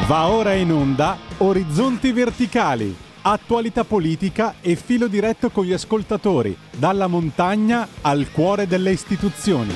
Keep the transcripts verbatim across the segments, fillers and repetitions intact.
Va ora in onda Orizzonti Verticali, attualità politica e filo diretto con gli ascoltatori, dalla montagna al cuore delle istituzioni.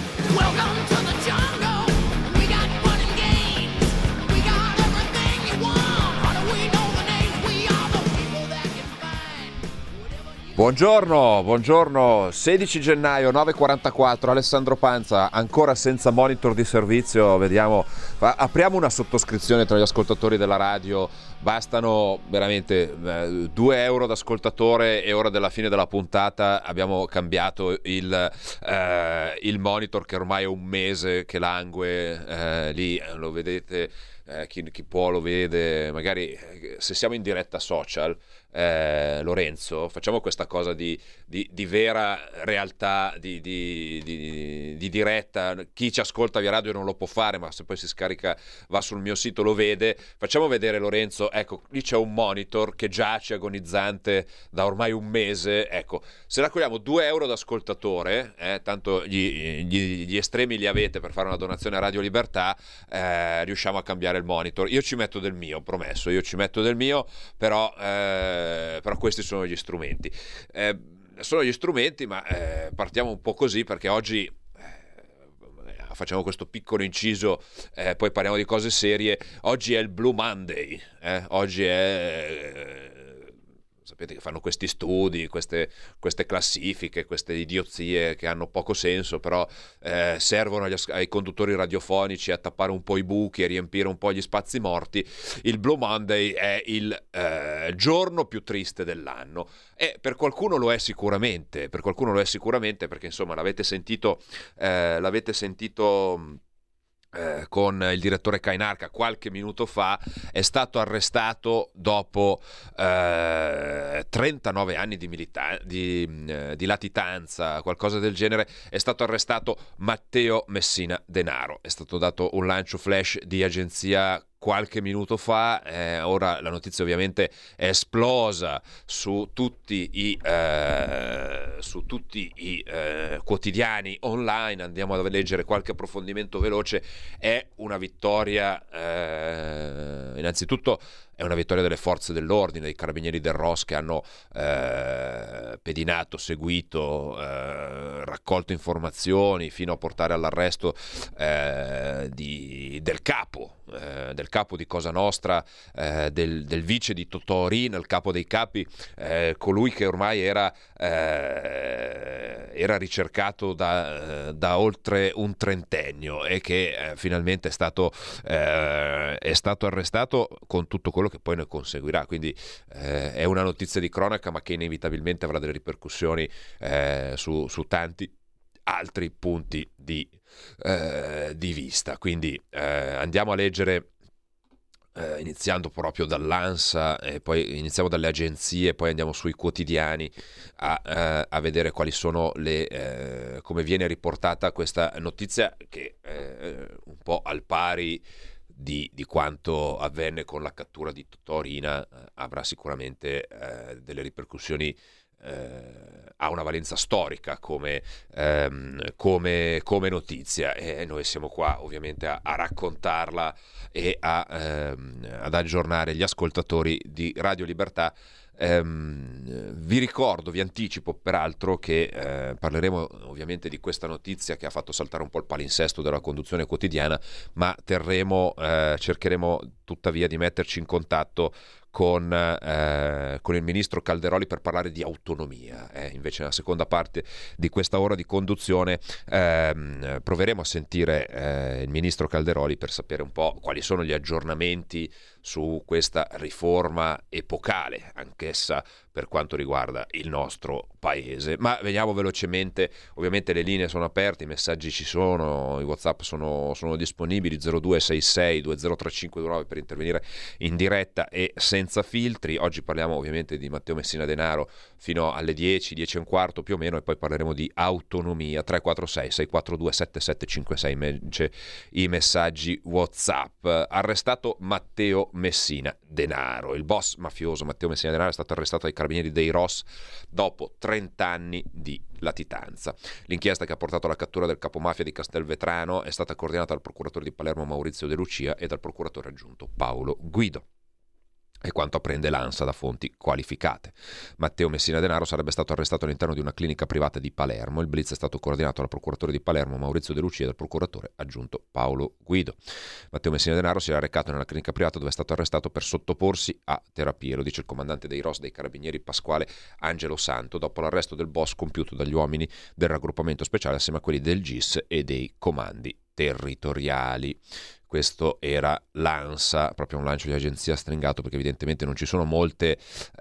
Buongiorno, buongiorno, sedici gennaio, nove e quarantaquattro, Alessandro Panza, ancora senza monitor di servizio, vediamo, apriamo una sottoscrizione tra gli ascoltatori della radio, bastano veramente eh, due euro d'ascoltatore e ora della fine della puntata abbiamo cambiato il, eh, il monitor che ormai è un mese che langue, eh, lì lo vedete, eh, chi, chi può lo vede, magari eh, se siamo in diretta social. Eh, Lorenzo, facciamo questa cosa di, di, di vera realtà, di, di, di, di diretta. Chi ci ascolta via radio non lo può fare, ma se poi si scarica, va sul mio sito, lo vede. Facciamo vedere, Lorenzo, ecco, lì c'è un monitor che giace agonizzante da ormai un mese. Ecco, se raccogliamo due euro d'ascoltatore, eh, tanto gli, gli, gli estremi li avete per fare una donazione a Radio Libertà, eh, riusciamo a cambiare il monitor. Io ci metto del mio, promesso, io ci metto del mio, però eh, però questi sono gli strumenti, eh, sono gli strumenti ma eh, partiamo un po' così perché oggi eh, facciamo questo piccolo inciso, eh, poi parliamo di cose serie. Oggi è il Blue Monday, eh? Oggi è eh, sapete che fanno questi studi, queste, queste classifiche, queste idiozie che hanno poco senso, però eh, servono agli, ai conduttori radiofonici a tappare un po' i buchi e riempire un po' gli spazi morti. Il Blue Monday è il eh, giorno più triste dell'anno e per qualcuno lo è sicuramente, per qualcuno lo è sicuramente perché insomma l'avete sentito, eh, l'avete sentito Eh, con il direttore Cainarca qualche minuto fa. È stato arrestato dopo eh, trentanove anni di, milita- di, eh, di latitanza, qualcosa del genere. È stato arrestato Matteo Messina Denaro. È stato dato un lancio flash di agenzia qualche minuto fa, eh, ora la notizia ovviamente è esplosa su tutti i eh, su tutti i eh, quotidiani online. Andiamo a leggere qualche approfondimento veloce. È una vittoria, eh, innanzitutto è una vittoria delle forze dell'ordine, dei carabinieri del R O S che hanno eh, pedinato, seguito, eh, raccolto informazioni fino a portare all'arresto eh, di, del capo, eh, del capo di Cosa Nostra, eh, del, del vice di Totò Riina, il capo dei capi, eh, colui che ormai era, eh, era ricercato da, da oltre un trentennio e che eh, finalmente è stato, eh, è stato arrestato con tutto quello che poi ne conseguirà. Quindi eh, è una notizia di cronaca ma che inevitabilmente avrà delle ripercussioni eh, su, su tanti altri punti di, eh, di vista. Quindi eh, andiamo a leggere eh, iniziando proprio dall'ANSA e poi iniziamo dalle agenzie, poi andiamo sui quotidiani a, eh, a vedere quali sono le eh, come viene riportata questa notizia che eh, un po' al pari Di, di quanto avvenne con la cattura di Totò Riina eh, avrà sicuramente eh, delle ripercussioni, eh, ha una valenza storica come, ehm, come, come notizia e noi siamo qua ovviamente a, a raccontarla e a, ehm, ad aggiornare gli ascoltatori di Radio Libertà. Um, vi ricordo, vi anticipo peraltro che eh, parleremo ovviamente di questa notizia che ha fatto saltare un po' il palinsesto della conduzione quotidiana, ma terremo, eh, cercheremo tuttavia di metterci in contatto con, eh, con il ministro Calderoli per parlare di autonomia. Eh, invece nella seconda parte di questa ora di conduzione ehm, proveremo a sentire eh, il ministro Calderoli per sapere un po' quali sono gli aggiornamenti su questa riforma epocale, anch'essa per quanto riguarda il nostro paese. Ma veniamo velocemente, ovviamente le linee sono aperte, i messaggi ci sono, i WhatsApp sono, sono disponibili, zero due sei sei due zero tre cinque due nove per intervenire in diretta e senza filtri. Oggi parliamo ovviamente di Matteo Messina Denaro fino alle dieci, dieci e un quarto più o meno, e poi parleremo di autonomia. Tre quattro sei sei quattro due sette sette cinque sei invece i messaggi WhatsApp. Arrestato Matteo Messina Denaro, il boss mafioso Matteo Messina Denaro è stato arrestato dai carabinieri carabinieri dei Ros dopo trenta anni di latitanza. L'inchiesta che ha portato alla cattura del capomafia di Castelvetrano è stata coordinata dal procuratore di Palermo Maurizio De Lucia e dal procuratore aggiunto Paolo Guido. E quanto apprende l'ANSA da fonti qualificate. Matteo Messina Denaro sarebbe stato arrestato all'interno di una clinica privata di Palermo. Il blitz è stato coordinato dal procuratore di Palermo Maurizio De Lucia e dal procuratore aggiunto Paolo Guido. Matteo Messina Denaro si era recato nella clinica privata dove è stato arrestato per sottoporsi a terapie, lo dice il comandante dei Ros dei Carabinieri Pasquale Angelo Santo, dopo l'arresto del boss compiuto dagli uomini del raggruppamento speciale assieme a quelli del G I S e dei comandi territoriali. Questo era l'ANSA, proprio un lancio di agenzia stringato, perché evidentemente non ci sono molte,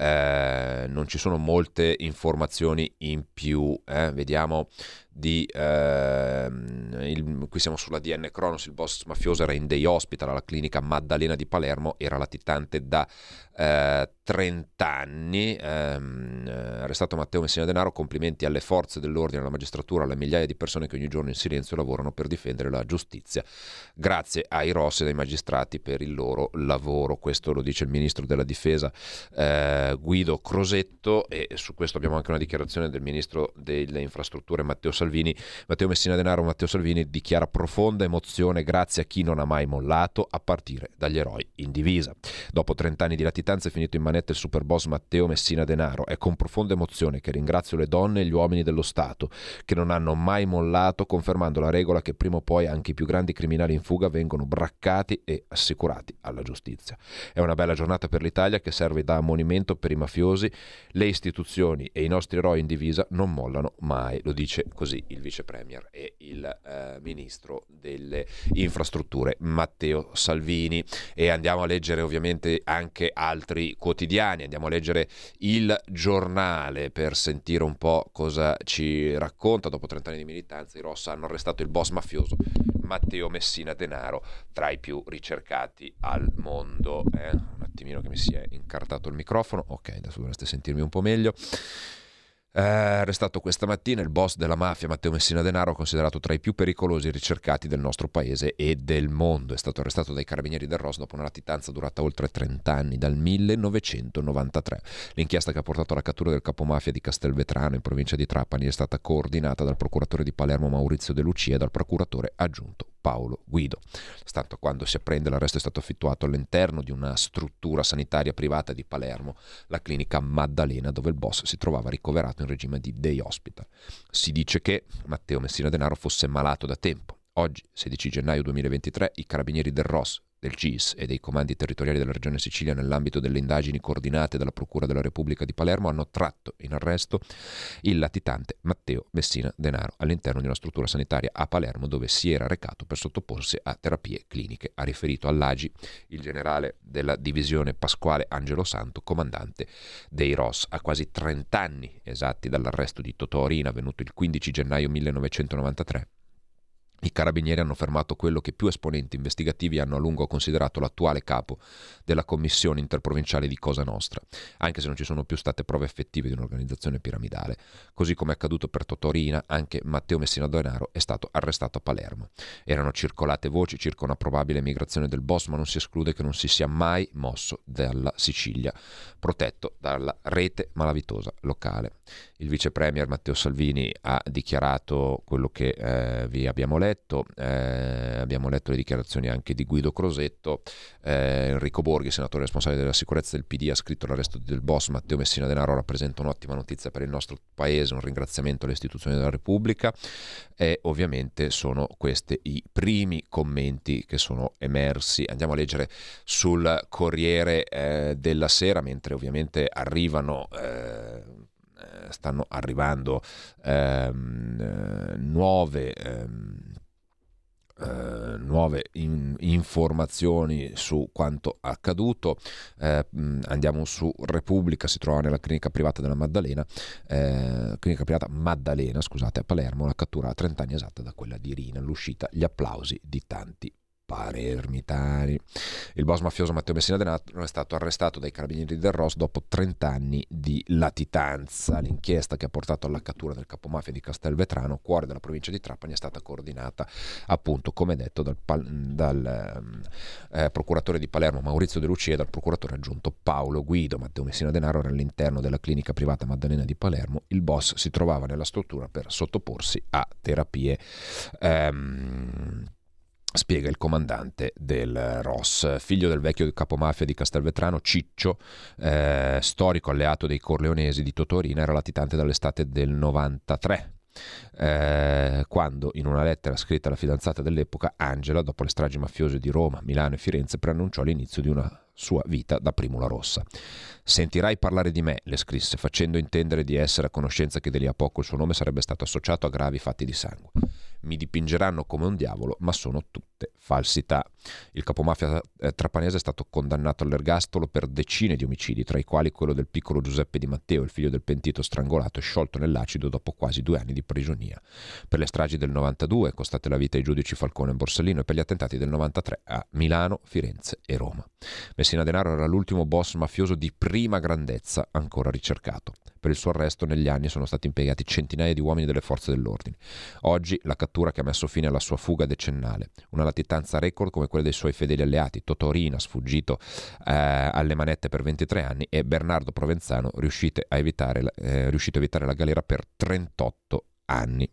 eh, non ci sono molte informazioni in più. Eh? Vediamo di eh, il, qui siamo sulla D N Cronos. Il boss mafioso era in day hospital alla clinica Maddalena di Palermo, era latitante da eh, trenta anni. ehm, arrestato Matteo Messina Denaro, complimenti alle forze dell'ordine, alla magistratura, alle migliaia di persone che ogni giorno in silenzio lavorano per difendere la giustizia. Grazie ai Ros e ai magistrati per il loro lavoro. Questo lo dice il ministro della difesa eh, Guido Crosetto, e su questo abbiamo anche una dichiarazione del ministro delle infrastrutture Matteo Salvini. Matteo Messina Denaro, Matteo Salvini dichiara profonda emozione grazie a chi non ha mai mollato, a partire dagli eroi in divisa. Dopo trenta anni di latitanza è finito in manetta il superboss Matteo Messina Denaro. È con profonda emozione che ringrazio le donne e gli uomini dello Stato che non hanno mai mollato, confermando la regola che prima o poi anche i più grandi criminali in fuga vengono braccati e assicurati alla giustizia. È una bella giornata per l'Italia che serve da ammonimento per i mafiosi. Le istituzioni e i nostri eroi in divisa non mollano mai, lo dice così il vice premier e il eh, ministro delle infrastrutture Matteo Salvini. E andiamo a leggere ovviamente anche altri quotidiani, andiamo a leggere Il Giornale per sentire un po' cosa ci racconta. Dopo trenta anni di militanza i Rossa hanno arrestato il boss mafioso Matteo Messina Denaro, tra i più ricercati al mondo. Eh? Un attimino che mi si è incartato il microfono. Ok, adesso dovreste sentirmi un po' meglio. Eh, arrestato questa mattina il boss della mafia Matteo Messina Denaro, considerato tra i più pericolosi e ricercati del nostro paese e del mondo. È stato arrestato dai carabinieri del Ros dopo una latitanza durata oltre trenta anni, dal millenovecentonovantatré. L'inchiesta che ha portato alla cattura del capomafia di Castelvetrano in provincia di Trapani è stata coordinata dal procuratore di Palermo Maurizio De Lucia e dal procuratore aggiunto Paolo Guido. Tanto quando si apprende, l'arresto è stato effettuato all'interno di una struttura sanitaria privata di Palermo, la clinica Maddalena, dove il boss si trovava ricoverato in regime di day hospital. Si dice che Matteo Messina Denaro fosse malato da tempo. Oggi, sedici gennaio duemilaventitré, i carabinieri del Ros, del G I S e dei comandi territoriali della Regione Sicilia, nell'ambito delle indagini coordinate dalla Procura della Repubblica di Palermo, hanno tratto in arresto il latitante Matteo Messina Denaro all'interno di una struttura sanitaria a Palermo dove si era recato per sottoporsi a terapie cliniche. Ha riferito all'A G I il generale della divisione Pasquale Angelo Santo, comandante dei Ros. A quasi trenta anni esatti dall'arresto di Totò Riina, avvenuto il quindici gennaio millenovecentonovantatré, i carabinieri hanno fermato quello che più esponenti investigativi hanno a lungo considerato l'attuale capo della commissione interprovinciale di Cosa Nostra, anche se non ci sono più state prove effettive di un'organizzazione piramidale. Così come è accaduto per Totò Riina, anche Matteo Messina Denaro è stato arrestato a Palermo. Erano circolate voci circa una probabile migrazione del boss, ma non si esclude che non si sia mai mosso dalla Sicilia, protetto dalla rete malavitosa locale. Il vice premier Matteo Salvini ha dichiarato quello che eh, vi abbiamo letto, eh, abbiamo letto le dichiarazioni anche di Guido Crosetto. eh, Enrico Borghi, senatore responsabile della sicurezza del P D, ha scritto: l'arresto del boss Matteo Messina Denaro rappresenta un'ottima notizia per il nostro paese, un ringraziamento alle istituzioni della Repubblica. E ovviamente sono questi i primi commenti che sono emersi. Andiamo a leggere sul Corriere eh, della Sera, mentre ovviamente arrivano eh, stanno arrivando ehm, eh, nuove ehm, eh, nuove in, informazioni su quanto accaduto. Eh, andiamo su Repubblica. Si trova nella clinica privata della Maddalena eh, clinica privata Maddalena scusate a Palermo, la cattura a trenta anni esatta da quella di Riina, l'uscita, gli applausi di tanti palermitani. Il boss mafioso Matteo Messina Denaro è stato arrestato dai carabinieri del R O S dopo trenta anni di latitanza. L'inchiesta che ha portato alla cattura del capomafia di Castelvetrano, cuore della provincia di Trapani, è stata coordinata appunto, come detto, dal, dal eh, procuratore di Palermo Maurizio De Lucia e dal procuratore aggiunto Paolo Guido. Matteo Messina Denaro era all'interno della clinica privata Maddalena di Palermo. Il boss si trovava nella struttura per sottoporsi a terapie ehm, spiega il comandante del R O S. Figlio del vecchio capomafia di Castelvetrano, Ciccio, eh, storico alleato dei corleonesi di Totorina, era latitante dall'estate del novantatré, eh, quando in una lettera scritta alla fidanzata dell'epoca, Angela, dopo le stragi mafiose di Roma, Milano e Firenze, preannunciò l'inizio di una sua vita da primula rossa. Sentirai parlare di me, le scrisse, facendo intendere di essere a conoscenza che di lì a poco il suo nome sarebbe stato associato a gravi fatti di sangue. Mi dipingeranno come un diavolo, ma sono tutte falsità. Il capomafia eh, trapanese è stato condannato all'ergastolo per decine di omicidi, tra i quali quello del piccolo Giuseppe Di Matteo, il figlio del pentito strangolato e sciolto nell'acido dopo quasi due anni di prigionia. Per le stragi del novantadue costate la vita ai giudici Falcone e Borsellino, e per gli attentati del novantatré a Milano, Firenze e Roma. Messina Denaro era l'ultimo boss mafioso di prima grandezza ancora ricercato. Per il suo arresto negli anni sono stati impiegati centinaia di uomini delle forze dell'ordine. Oggi la cattura che ha messo fine alla sua fuga decennale, una latitanza record come quella dei suoi fedeli alleati, Totorina, sfuggito eh, alle manette per ventitré anni, e Bernardo Provenzano, riuscito a evitare, eh, riuscito a evitare la galera per trentotto anni.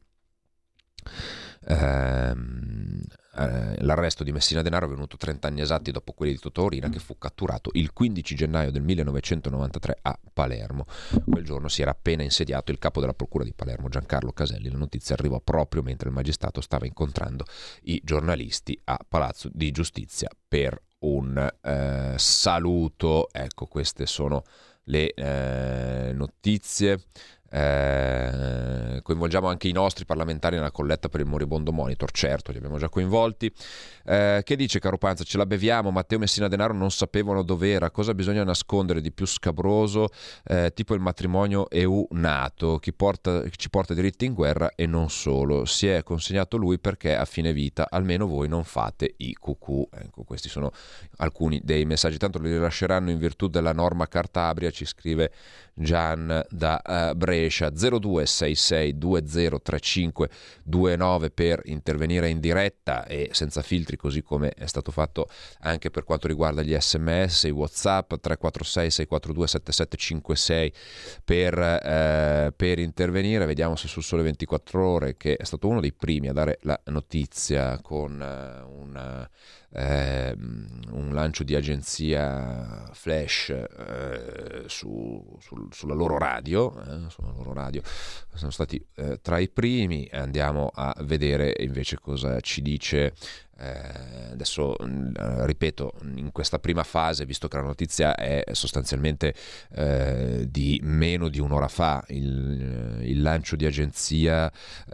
Ehm, eh, l'arresto di Messina Denaro è avvenuto trenta anni esatti dopo quelli di Totorina, che fu catturato il quindici gennaio del millenovecentonovantatré a Palermo. Quel giorno si era appena insediato il capo della procura di Palermo, Giancarlo Caselli. La notizia arrivò proprio mentre il magistrato stava incontrando i giornalisti a Palazzo di Giustizia per un eh, saluto. Ecco, queste sono le eh, notizie. Eh, coinvolgiamo anche i nostri parlamentari nella colletta per il moribondo Monitor, certo, li abbiamo già coinvolti. Eh, che dice caro Panza? Ce la beviamo? Matteo Messina Denaro non sapevano dov'era. Cosa bisogna nascondere di più scabroso? Eh, tipo il matrimonio E U-NATO, chi porta, ci porta diritti in guerra e non solo. Si è consegnato lui perché a fine vita almeno voi non fate i cucù. Ecco, questi sono alcuni dei messaggi, tanto li rilasceranno in virtù della norma Cartabria, ci scrive Gian da uh, Brescia. Zero due sei sei due zero tre cinque due nove per intervenire in diretta e senza filtri, così come è stato fatto anche per quanto riguarda gli sms, i WhatsApp. Tre quattro sei sei quattro due sette sette cinque sei per, uh, per intervenire. Vediamo se sul Sole ventiquattro Ore, che è stato uno dei primi a dare la notizia con uh, una Eh, un lancio di agenzia flash eh, su, sul, sulla loro radio, eh, sulla loro radio sono stati eh, tra i primi. Andiamo a vedere invece cosa ci dice. Eh, adesso eh, ripeto, in questa prima fase, visto che la notizia è sostanzialmente eh, di meno di un'ora fa, il, il lancio di agenzia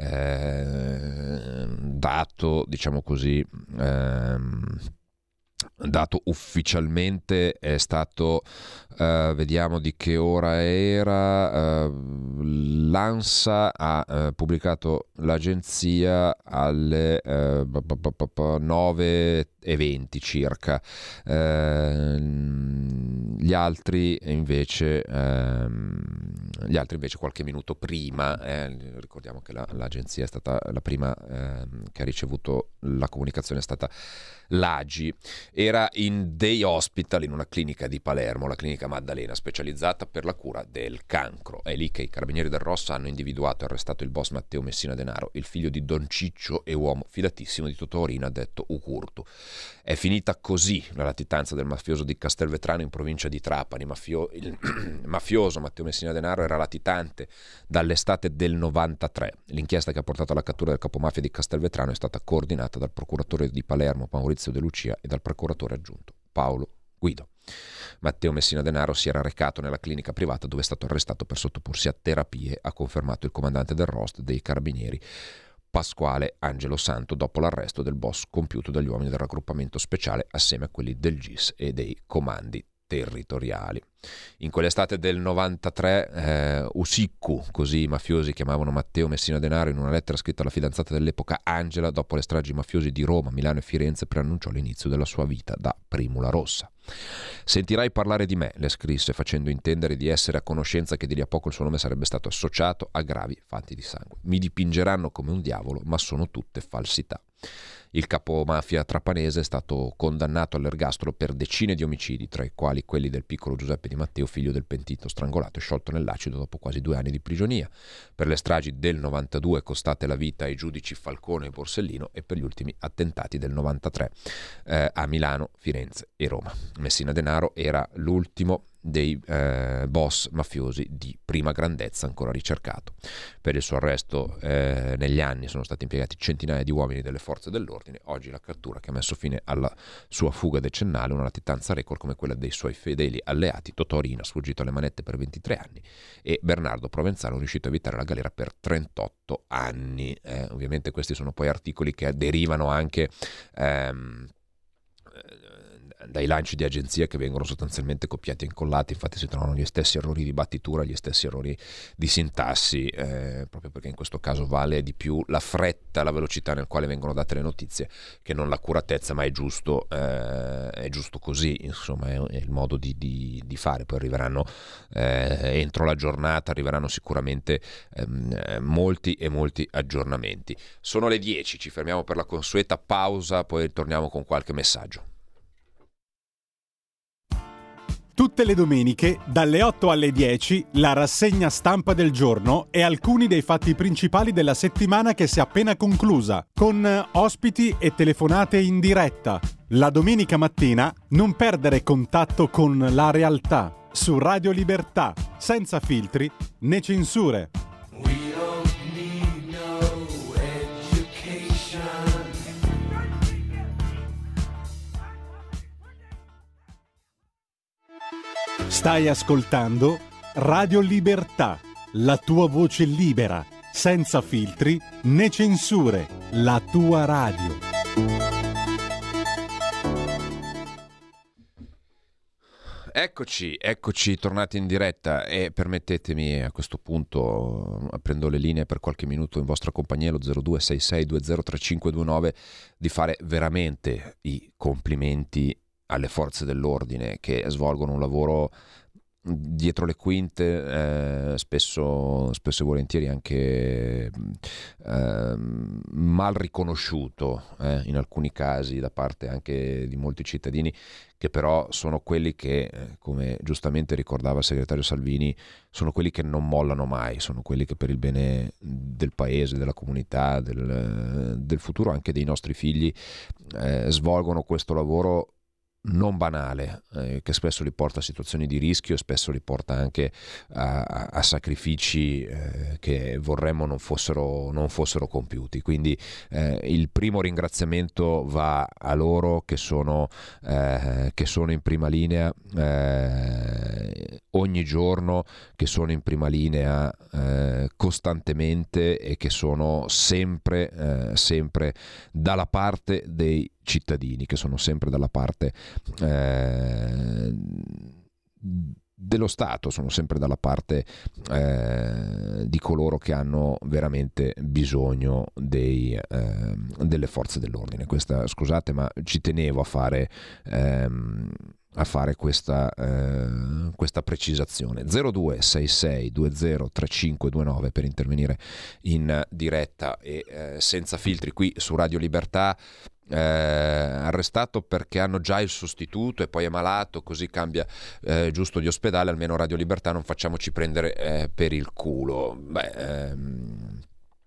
eh, dato, diciamo così, ehm, dato ufficialmente è stato, uh, vediamo di che ora era, uh, l'ANSA ha uh, pubblicato l'agenzia alle uh, nove e venti circa, uh, gli altri invece uh, gli altri invece qualche minuto prima. Eh, ricordiamo che la, l'agenzia è stata la prima uh, che ha ricevuto la comunicazione, è stata l'A G I. Era in day hospital in una clinica di Palermo, la clinica Maddalena, specializzata per la cura del cancro. È lì che i carabinieri del R O S hanno individuato e arrestato il boss Matteo Messina Denaro, il figlio di Don Ciccio e uomo fidatissimo di Totorina, detto Ucurtu. È finita così la latitanza del mafioso di Castelvetrano in provincia di Trapani. Mafio- il mafioso Matteo Messina Denaro era latitante dall'estate del novantatré. L'inchiesta che ha portato alla cattura del capomafia di Castelvetrano è stata coordinata dal procuratore di Palermo Maurizio De Lucia e dal procuratore aggiunto Paolo Guido. Matteo Messina Denaro si era recato nella clinica privata dove è stato arrestato per sottoporsi a terapie, ha confermato il comandante del R O S dei Carabinieri Pasquale Angelo Santo, dopo l'arresto del boss compiuto dagli uomini del raggruppamento speciale assieme a quelli del G I S e dei comandi territoriali. In quell'estate del novantatré eh, Usiccu, così i mafiosi chiamavano Matteo Messina Denaro, in una lettera scritta alla fidanzata dell'epoca Angela, dopo le stragi mafiosi di Roma, Milano e Firenze, preannunciò l'inizio della sua vita da Primula Rossa. Sentirai parlare di me, le scrisse, facendo intendere di essere a conoscenza che di lì a poco il suo nome sarebbe stato associato a gravi fatti di sangue. Mi dipingeranno come un diavolo, ma sono tutte falsità. Il capomafia trapanese è stato condannato all'ergastolo per decine di omicidi, tra i quali quelli del piccolo Giuseppe Di Matteo, figlio del pentito strangolato e sciolto nell'acido dopo quasi due anni di prigionia, per le stragi del novantadue costate la vita ai giudici Falcone e Borsellino e per gli ultimi attentati del novantatré eh, a Milano, Firenze e Roma. Messina Denaro era l'ultimo dei eh, boss mafiosi di prima grandezza ancora ricercato. Per il suo arresto eh, negli anni sono stati impiegati centinaia di uomini delle forze dell'ordine. Oggi la cattura che ha messo fine alla sua fuga decennale, una latitanza record come quella dei suoi fedeli alleati Totò Riina, sfuggito alle manette per ventitré anni, e Bernardo Provenzano, riuscito a evitare la galera per trentotto anni. Eh, ovviamente questi sono poi articoli che derivano anche ehm, dai lanci di agenzia che vengono sostanzialmente copiati e incollati. Infatti si trovano gli stessi errori di battitura, gli stessi errori di sintassi, eh, proprio perché in questo caso vale di più la fretta, la velocità nel quale vengono date le notizie che non l'accuratezza, ma è giusto, eh, è giusto così, insomma è, è il modo di, di, di fare. Poi arriveranno eh, entro la giornata arriveranno sicuramente ehm, molti e molti aggiornamenti. Sono le dieci, ci fermiamo per la consueta pausa, poi torniamo con qualche messaggio. Tutte le domeniche, dalle otto alle dieci, la rassegna stampa del giorno e alcuni dei fatti principali della settimana che si è appena conclusa, con ospiti e telefonate in diretta. La domenica mattina non perdere contatto con la realtà, su Radio Libertà, senza filtri né censure. Stai ascoltando Radio Libertà, la tua voce libera, senza filtri né censure, la tua radio. Eccoci, eccoci tornati in diretta e permettetemi a questo punto, prendo le linee per qualche minuto in vostra compagnia, lo zero due sei sei due zero tre cinque due nove, di fare veramente i complimenti alle forze dell'ordine che svolgono un lavoro dietro le quinte, eh, spesso, spesso e volentieri anche eh, mal riconosciuto eh, in alcuni casi da parte anche di molti cittadini, che però sono quelli che, eh, come giustamente ricordava il segretario Salvini, sono quelli che non mollano mai, sono quelli che per il bene del paese, della comunità, del, del futuro anche dei nostri figli eh, svolgono questo lavoro non banale, eh, che spesso li porta a situazioni di rischio e spesso li porta anche a, a sacrifici eh, che vorremmo non fossero, non fossero compiuti. Quindi eh, il primo ringraziamento va a loro che sono, eh, che sono in prima linea eh, ogni giorno, che sono in prima linea eh, costantemente e che sono sempre, eh, sempre dalla parte dei cittadini, che sono sempre dalla parte eh, dello Stato, sono sempre dalla parte eh, di coloro che hanno veramente bisogno dei, eh, delle forze dell'ordine. Questa, scusate, ma ci tenevo a fare ehm, a fare questa, eh, questa precisazione. Zero due sei sei due zero tre cinque due nove per intervenire in diretta e eh, senza filtri qui su Radio Libertà. Eh, arrestato perché hanno già il sostituto e poi è malato, così cambia eh, giusto di ospedale. Almeno Radio Libertà non facciamoci prendere eh, per il culo. Beh, ehm,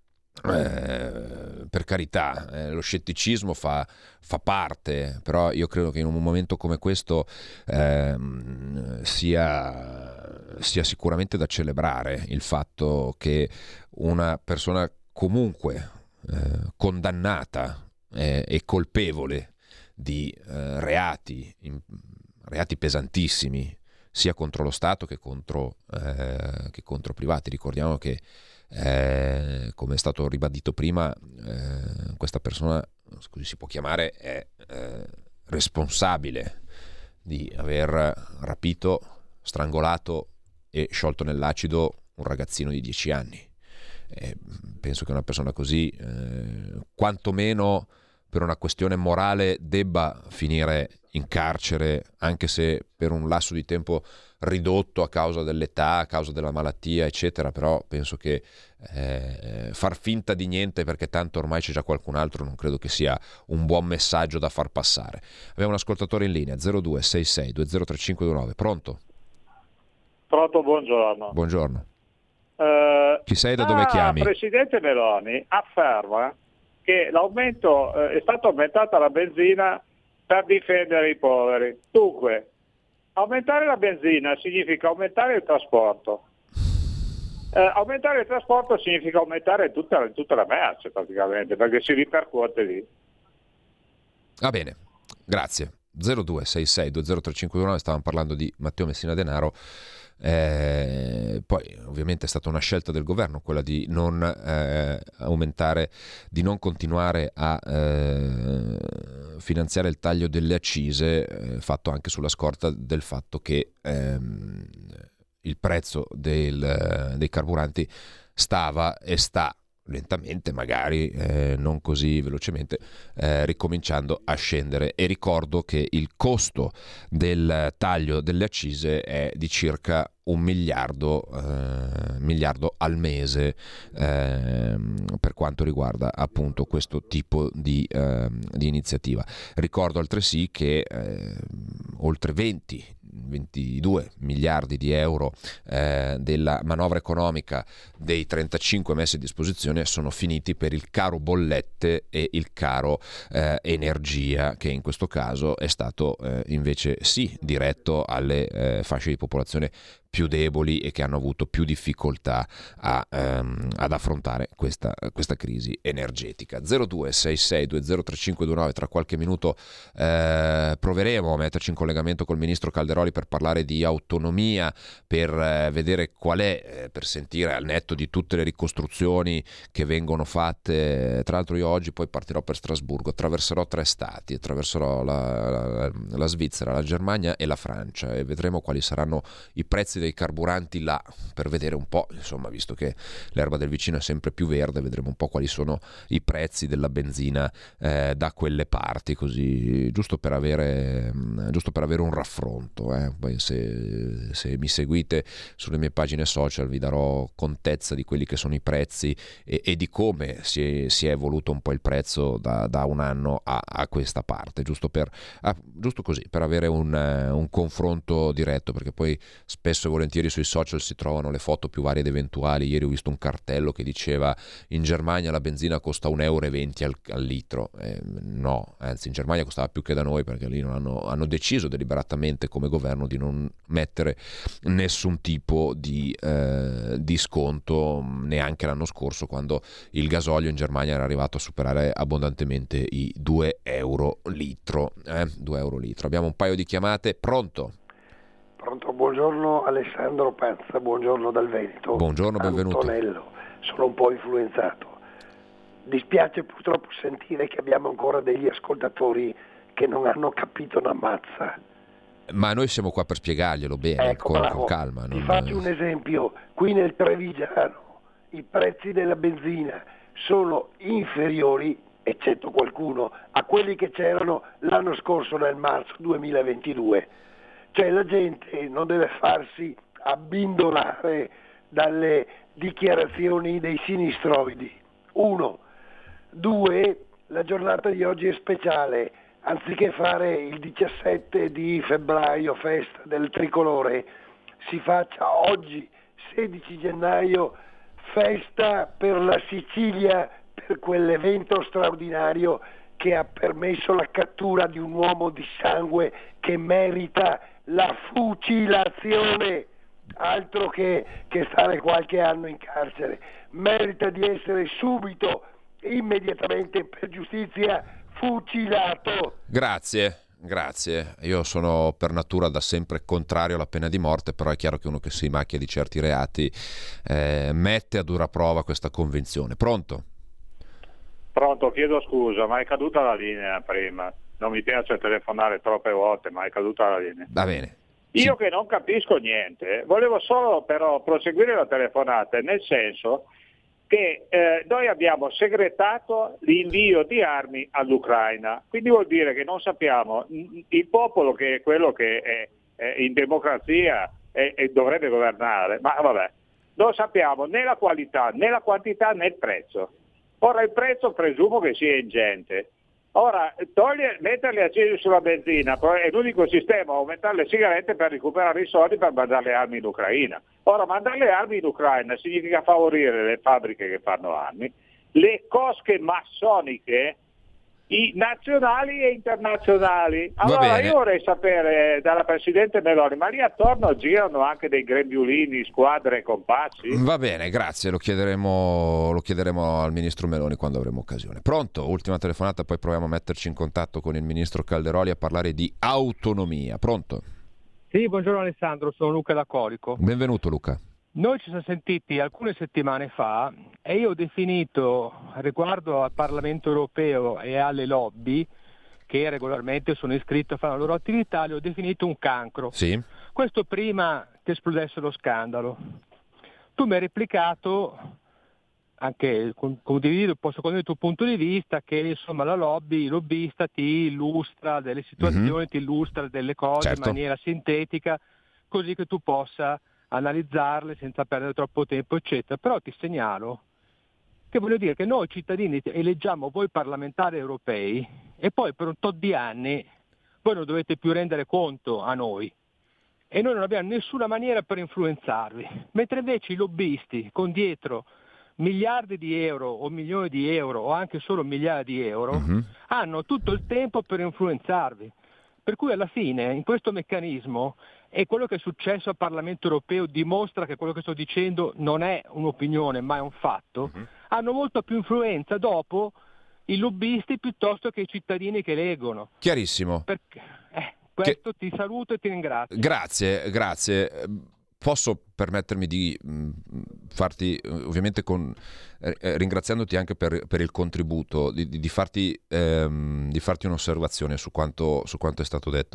eh, per carità, eh, lo scetticismo fa, fa parte, però io credo che in un momento come questo ehm, sia, sia sicuramente da celebrare il fatto che una persona comunque eh, condannata eh, e colpevole di eh, reati, in, reati pesantissimi, sia contro lo Stato che contro, eh, che contro privati. Ricordiamo che Eh, come è stato ribadito prima, eh, questa persona, così si può chiamare, è eh, responsabile di aver rapito, strangolato e sciolto nell'acido un ragazzino di dieci anni. Eh, penso che una persona così, eh, quantomeno per una questione morale, debba finire in carcere, anche se per un lasso di tempo ridotto a causa dell'età, a causa della malattia, eccetera. Però penso che eh, far finta di niente perché tanto ormai c'è già qualcun altro non credo che sia un buon messaggio da far passare. Abbiamo un ascoltatore in linea, zero due sei sei due zero tre cinque due nove. Pronto? Pronto, buongiorno. Buongiorno. Eh, Chi sei, da dove ah, chiami? Presidente Meloni afferma che l'aumento eh, è stata aumentata la benzina per difendere i poveri. Dunque, aumentare la benzina significa aumentare il trasporto. Eh, aumentare il trasporto significa aumentare tutta, tutta la merce praticamente, perché si ripercuote lì. Va bene, grazie. zero due sei sei due zero tre cinque due nove, stavamo parlando di Matteo Messina Denaro. Eh, poi ovviamente è stata una scelta del governo quella di non eh, aumentare, di non continuare a eh, finanziare il taglio delle accise, eh, fatto anche sulla scorta del fatto che ehm, il prezzo del, dei carburanti stava e sta lentamente, magari eh, non così velocemente, eh, ricominciando a scendere. E ricordo che il costo del taglio delle accise è di circa un miliardo, eh, miliardo al mese eh, per quanto riguarda appunto questo tipo di, eh, di iniziativa. Ricordo altresì che eh, oltre venti ventidue miliardi di euro eh, della manovra economica dei trentacinque messi a disposizione sono finiti per il caro bollette e il caro eh, energia, che in questo caso è stato eh, invece sì diretto alle eh, fasce di popolazione più deboli e che hanno avuto più difficoltà a, ehm, ad affrontare questa, questa crisi energetica. zero due sei sei due zero tre cinque due nove. Tra qualche minuto eh, proveremo a metterci in collegamento col ministro Calderoli per parlare di autonomia, per eh, vedere qual è, eh, per sentire al netto di tutte le ricostruzioni che vengono fatte. Tra l'altro io oggi poi partirò per Strasburgo, attraverserò tre stati, attraverserò la, la, la Svizzera, la Germania e la Francia, e vedremo quali saranno i prezzi dei carburanti là, per vedere un po', insomma, visto che l'erba del vicino è sempre più verde, vedremo un po' quali sono i prezzi della benzina eh, da quelle parti, così giusto per avere giusto per avere un raffronto. Eh. Poi se, se mi seguite sulle mie pagine social vi darò contezza di quelli che sono i prezzi e, e di come si è, si è evoluto un po' il prezzo da, da un anno a, a questa parte, giusto per ah, giusto così per avere un, un confronto diretto, perché poi spesso volentieri sui social si trovano le foto più varie ed eventuali. Ieri ho visto un cartello che diceva in Germania la benzina costa un euro e venti al, al litro. Eh, no, anzi in Germania costava più che da noi, perché lì non hanno, hanno deciso deliberatamente come governo di non mettere nessun tipo di, eh, di sconto, neanche l'anno scorso, quando il gasolio in Germania era arrivato a superare abbondantemente i due euro litro. Eh? due euro litro. Abbiamo un paio di chiamate. Pronto? Pronto, buongiorno Alessandro Panza, buongiorno dal Veneto. Buongiorno, benvenuto. Antonello, sono un po' influenzato. Dispiace purtroppo sentire che abbiamo ancora degli ascoltatori che non hanno capito una mazza. Ma noi siamo qua per spiegarglielo bene, ecco, con, bravo. con calma. Ti Non... faccio un esempio. Qui nel Trevigiano i prezzi della benzina sono inferiori, eccetto qualcuno, a quelli che c'erano l'anno scorso nel marzo duemilaventidue. Cioè la gente non deve farsi abbindolare dalle dichiarazioni dei sinistroidi. Uno. Due, la giornata di oggi è speciale. Anziché fare il diciassette di febbraio festa del tricolore, si faccia oggi, sedici gennaio, festa per la Sicilia, per quell'evento straordinario che ha permesso la cattura di un uomo di sangue che merita la fucilazione, altro che, che stare qualche anno in carcere, merita di essere subito, immediatamente per giustizia fucilato. Grazie, grazie. Io sono per natura da sempre contrario alla pena di morte, però è chiaro che uno che si macchia di certi reati eh, mette a dura prova questa convinzione. Pronto? Pronto, chiedo scusa, ma è caduta la linea prima. non mi piace telefonare troppe volte, ma è caduta la linea. Va bene. Io Sì. che non capisco niente, volevo solo però proseguire la telefonata, nel senso che eh, noi abbiamo segretato l'invio di armi all'Ucraina, quindi vuol dire che non sappiamo, il popolo che è quello che è, è in democrazia e, e dovrebbe governare, ma vabbè, non sappiamo né la qualità, né la quantità, né il prezzo. Ora il prezzo presumo che sia ingente. Ora, togliere, mettere le accise sulla benzina è l'unico sistema, aumentare le sigarette per recuperare i soldi per mandare le armi in Ucraina. Ora, mandare le armi in Ucraina significa favorire le fabbriche che fanno armi, le cosche massoniche, i nazionali e internazionali. Allora io vorrei sapere dalla Presidente Meloni, ma lì attorno girano anche dei grembiulini, squadre e compassi? Va bene, grazie, lo chiederemo, lo chiederemo al Ministro Meloni quando avremo occasione. Pronto? Ultima telefonata, poi proviamo a metterci in contatto con il Ministro Calderoli a parlare di autonomia. Pronto? Sì, buongiorno Alessandro, sono Luca da Colico. Benvenuto Luca. Noi ci siamo sentiti alcune settimane fa e io ho definito, riguardo al Parlamento europeo e alle lobby che regolarmente sono iscritte a fare la loro attività, le ho definito un cancro. Sì. Questo prima che esplodesse lo scandalo. Tu mi hai replicato, anche condivido, posso condividere il tuo punto di vista, che insomma la lobby, il lobbista ti illustra delle situazioni, mm-hmm. ti illustra delle cose certo. in maniera sintetica, così che tu possa analizzarle senza perdere troppo tempo, eccetera. Però ti segnalo che voglio dire che noi cittadini eleggiamo voi parlamentari europei e poi per un tot di anni voi non dovete più rendere conto a noi e noi non abbiamo nessuna maniera per influenzarvi, mentre invece i lobbisti con dietro miliardi di euro o milioni di euro o anche solo migliaia di euro mm-hmm. hanno tutto il tempo per influenzarvi. Per cui alla fine in questo meccanismo, e quello che è successo al Parlamento europeo dimostra che quello che sto dicendo non è un'opinione ma è un fatto, uh-huh. hanno molta più influenza dopo i lobbisti piuttosto che i cittadini che eleggono. Chiarissimo. Perché, eh, questo che... ti saluto e ti ringrazio. Grazie, grazie. Posso permettermi di mh, farti, ovviamente con, eh, ringraziandoti anche per, per il contributo, di, di, di, farti, ehm, di farti un'osservazione su quanto, su quanto è stato detto.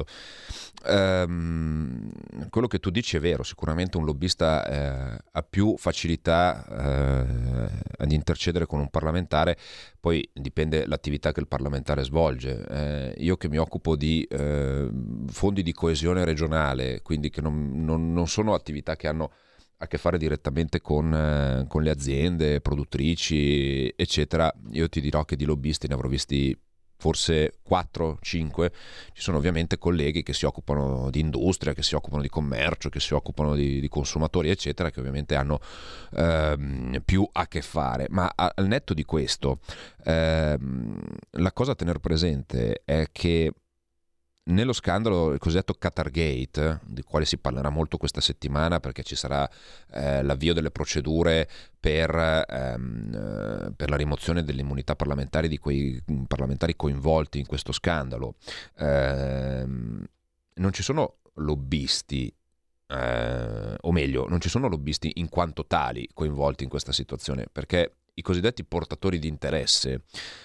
Ehm, quello che tu dici è vero, sicuramente un lobbista eh, ha più facilità eh, ad intercedere con un parlamentare, poi dipende l'attività che il parlamentare svolge. Eh, io che mi occupo di eh, fondi di coesione regionale, quindi che non, non, non sono attività che hanno a che fare direttamente con, eh, con le aziende produttrici eccetera, io ti dirò che di lobbisti ne avrò visti forse quattro cinque. Ci sono ovviamente colleghi che si occupano di industria, che si occupano di commercio, che si occupano di, di consumatori eccetera, che ovviamente hanno ehm, più a che fare, ma al netto di questo ehm, la cosa a tenere presente è che nello scandalo, il cosiddetto Qatargate, di quale si parlerà molto questa settimana perché ci sarà eh, l'avvio delle procedure per, ehm, per la rimozione dell'immunità parlamentare di quei parlamentari coinvolti in questo scandalo, ehm, non ci sono lobbisti, eh, o meglio, non ci sono lobbisti in quanto tali coinvolti in questa situazione, perché i cosiddetti portatori di interesse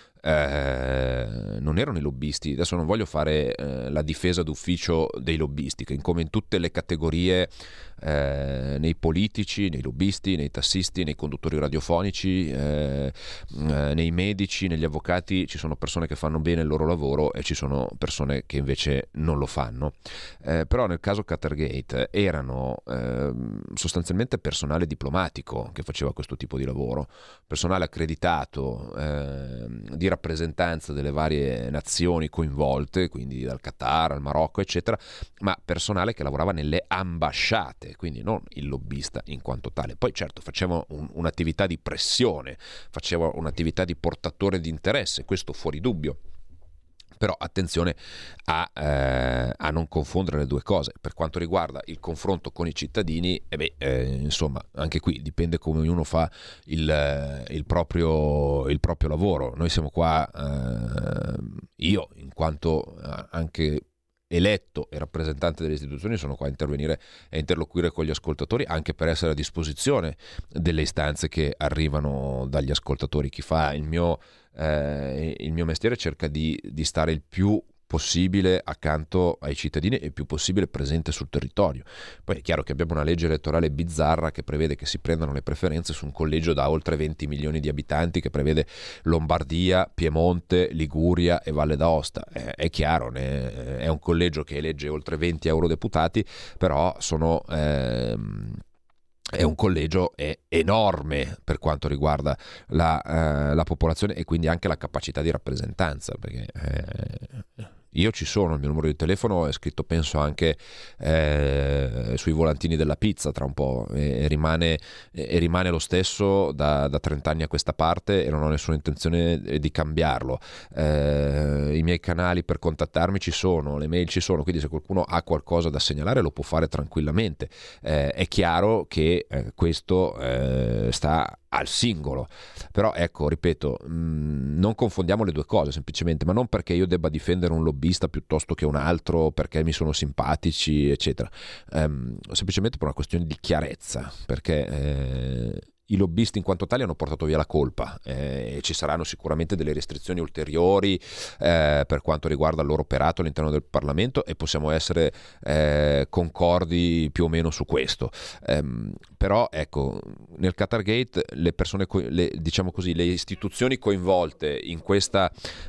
Eh, non erano i lobbisti. Adesso non voglio fare eh, la difesa d'ufficio dei lobbisti, che come in tutte le categorie, eh, nei politici, nei lobbisti, nei tassisti, nei conduttori radiofonici, eh, eh, nei medici, negli avvocati, ci sono persone che fanno bene il loro lavoro e ci sono persone che invece non lo fanno. Eh, però nel caso Qatargate erano eh, sostanzialmente personale diplomatico che faceva questo tipo di lavoro, personale accreditato eh, di rappresentanza delle varie nazioni coinvolte, quindi dal Qatar al Marocco eccetera, ma personale che lavorava nelle ambasciate, quindi non il lobbista in quanto tale. Poi certo faceva un, un'attività di pressione, faceva un'attività di portatore di interesse, questo fuori dubbio. Però attenzione a, eh, a non confondere le due cose. Per quanto riguarda il confronto con i cittadini, eh beh, eh, insomma, anche qui dipende come ognuno fa il, il, proprio, il proprio lavoro. Noi siamo qua, eh, io in quanto eh, anche eletto e rappresentante delle istituzioni, sono qua a intervenire e interloquire con gli ascoltatori, anche per essere a disposizione delle istanze che arrivano dagli ascoltatori. Chi fa il mio, eh, il mio mestiere cerca di, di stare il più possibile accanto ai cittadini e il più possibile presente sul territorio. Poi è chiaro che abbiamo una legge elettorale bizzarra che prevede che si prendano le preferenze su un collegio da oltre venti milioni di abitanti, che prevede Lombardia, Piemonte, Liguria e Valle d'Aosta. È, è chiaro, ne, è un collegio che elegge oltre venti eurodeputati, però sono... Ehm, è un collegio è enorme per quanto riguarda la, eh, la popolazione e quindi anche la capacità di rappresentanza, perché eh, io ci sono, il mio numero di telefono è scritto penso anche eh, sui volantini della pizza tra un po' e, e, rimane, e rimane lo stesso da, da trenta anni a questa parte e non ho nessuna intenzione di cambiarlo. Eh, i miei canali per contattarmi ci sono, le mail ci sono, quindi se qualcuno ha qualcosa da segnalare lo può fare tranquillamente. Eh, è chiaro che eh, questo eh, sta al singolo, però ecco, ripeto, mh, non confondiamo le due cose semplicemente, ma non perché io debba difendere un lobbista piuttosto che un altro, perché mi sono simpatici eccetera, ehm, semplicemente per una questione di chiarezza, perché eh, i lobbisti in quanto tali hanno portato via la colpa eh, e ci saranno sicuramente delle restrizioni ulteriori eh, per quanto riguarda il loro operato all'interno del Parlamento e possiamo essere eh, concordi più o meno su questo. Ehm, però ecco, nel Qatargate le persone, le, diciamo così, le istituzioni coinvolte in, questa,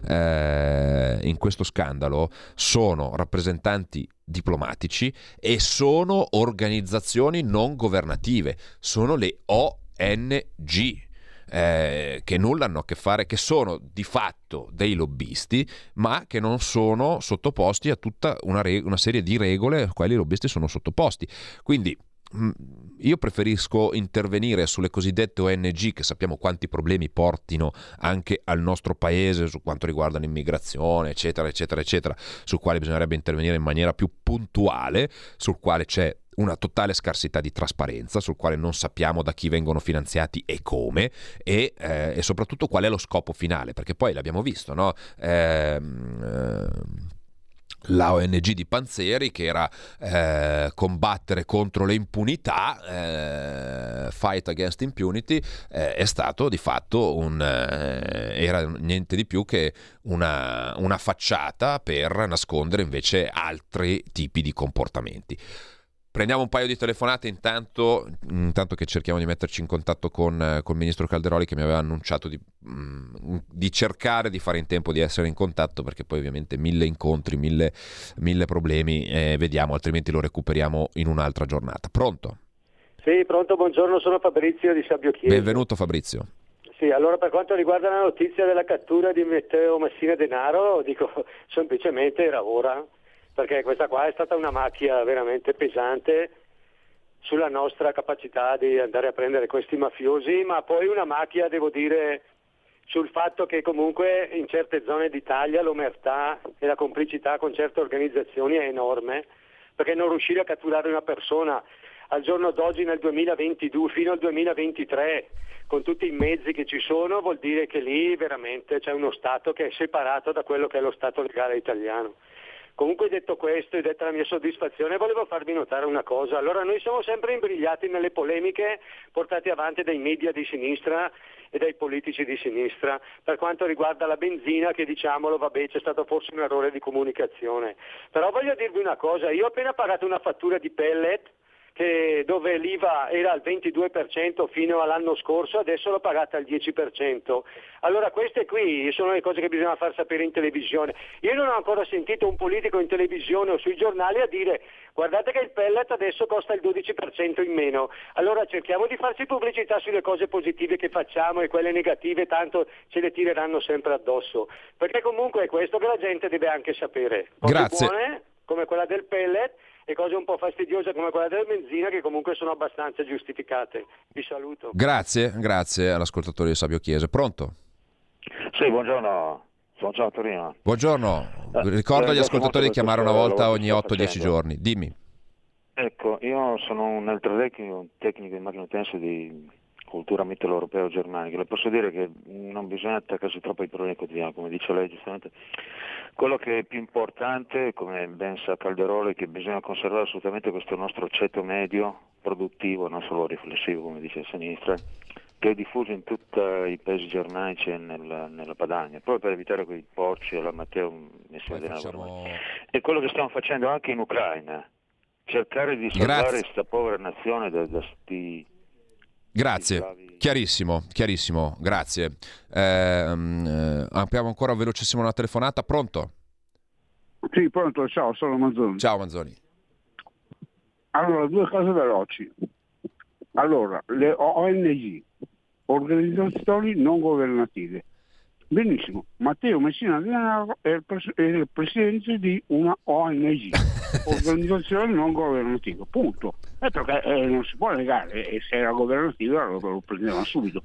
eh, in questo scandalo sono rappresentanti diplomatici e sono organizzazioni non governative, sono le O N G eh, che nulla hanno a che fare, che sono di fatto dei lobbisti ma che non sono sottoposti a tutta una, re- una serie di regole a quali i lobbisti sono sottoposti. Quindi mh, io preferisco intervenire sulle cosiddette O N G, che sappiamo quanti problemi portino anche al nostro paese su quanto riguarda l'immigrazione eccetera eccetera eccetera, sul quale bisognerebbe intervenire in maniera più puntuale, sul quale c'è una totale scarsità di trasparenza, sul quale non sappiamo da chi vengono finanziati e come e, eh, e soprattutto qual è lo scopo finale, perché poi l'abbiamo visto, no? Ehm, eh, la O N G di Panzeri, che era eh, combattere contro le impunità, eh, Fight Against Impunity, eh, è stato di fatto un eh, era niente di più che una, una facciata per nascondere invece altri tipi di comportamenti. Prendiamo un paio di telefonate intanto, intanto che cerchiamo di metterci in contatto con, con il ministro Calderoli, che mi aveva annunciato di, di cercare di fare in tempo di essere in contatto, perché poi ovviamente mille incontri, mille, mille problemi, eh, vediamo, altrimenti lo recuperiamo in un'altra giornata. Pronto? Sì, pronto, buongiorno, sono Fabrizio di Sabio Chiesa. Benvenuto Fabrizio. Sì, allora per quanto riguarda la notizia della cattura di Matteo Messina Denaro, dico semplicemente era ora, perché questa qua è stata una macchia veramente pesante sulla nostra capacità di andare a prendere questi mafiosi, ma poi una macchia, devo dire, sul fatto che comunque in certe zone d'Italia l'omertà e la complicità con certe organizzazioni è enorme, perché non riuscire a catturare una persona al giorno d'oggi nel duemilaventidue fino al duemilaventitré con tutti i mezzi che ci sono vuol dire che lì veramente c'è uno Stato che è separato da quello che è lo Stato legale italiano. Comunque, detto questo e detta la mia soddisfazione, volevo farvi notare una cosa. Allora, noi siamo sempre imbrigliati nelle polemiche portate avanti dai media di sinistra e dai politici di sinistra per quanto riguarda la benzina, che diciamolo, vabbè, c'è stato forse un errore di comunicazione. Però voglio dirvi una cosa, io ho appena pagato una fattura di pellet che dove l'I V A era al ventidue per cento fino all'anno scorso, adesso l'ho pagata al dieci per cento. Allora queste qui sono le cose che bisogna far sapere in televisione. Io non ho ancora sentito un politico in televisione o sui giornali a dire guardate che il pellet adesso costa il dodici per cento in meno. Allora cerchiamo di farci pubblicità sulle cose positive che facciamo e quelle negative tanto ce le tireranno sempre addosso. Perché comunque è questo che la gente deve anche sapere. Cose Grazie. buone come quella del pellet e cose un po' fastidiose come quella della benzina che comunque sono abbastanza giustificate. Vi saluto. Grazie, grazie all'ascoltatore di Sabio Chiesa. Pronto? Sì, buongiorno, sono già a Torino. Buongiorno, Eh, ricordo agli eh, ascoltatori di chiamare una volta ogni sto otto dieci facendo. giorni. Dimmi. Ecco, io sono un altro tecnico, un tecnico in macchinotenso di cultura mitteleuropea o germanica. Le posso dire che non bisogna attaccarsi troppo ai problemi quotidiani, come dice lei giustamente. Quello che è più importante, come ben sa Calderoli, è che bisogna conservare assolutamente questo nostro ceto medio produttivo, non solo riflessivo, come dice a sinistra, che è diffuso in tutti i paesi germanici e nella, nella Padania, proprio per evitare quei porci alla Matteo Messina Denaro. Facciamo... È quello che stiamo facendo anche in Ucraina, cercare di salvare questa povera nazione da questi... Grazie, chiarissimo, chiarissimo, grazie. Eh, eh, abbiamo ancora velocissimo una telefonata, pronto? Sì, pronto, ciao, sono Manzoni. Ciao Manzoni. Allora, due cose veloci. Allora, le O N G, organizzazioni non governative. Benissimo, Matteo Messina Denaro è il, pres- è il presidente di una O N G, organizzazione non governativa, punto. È perché eh, non si può negare, e se era governativa allora lo prendevano subito.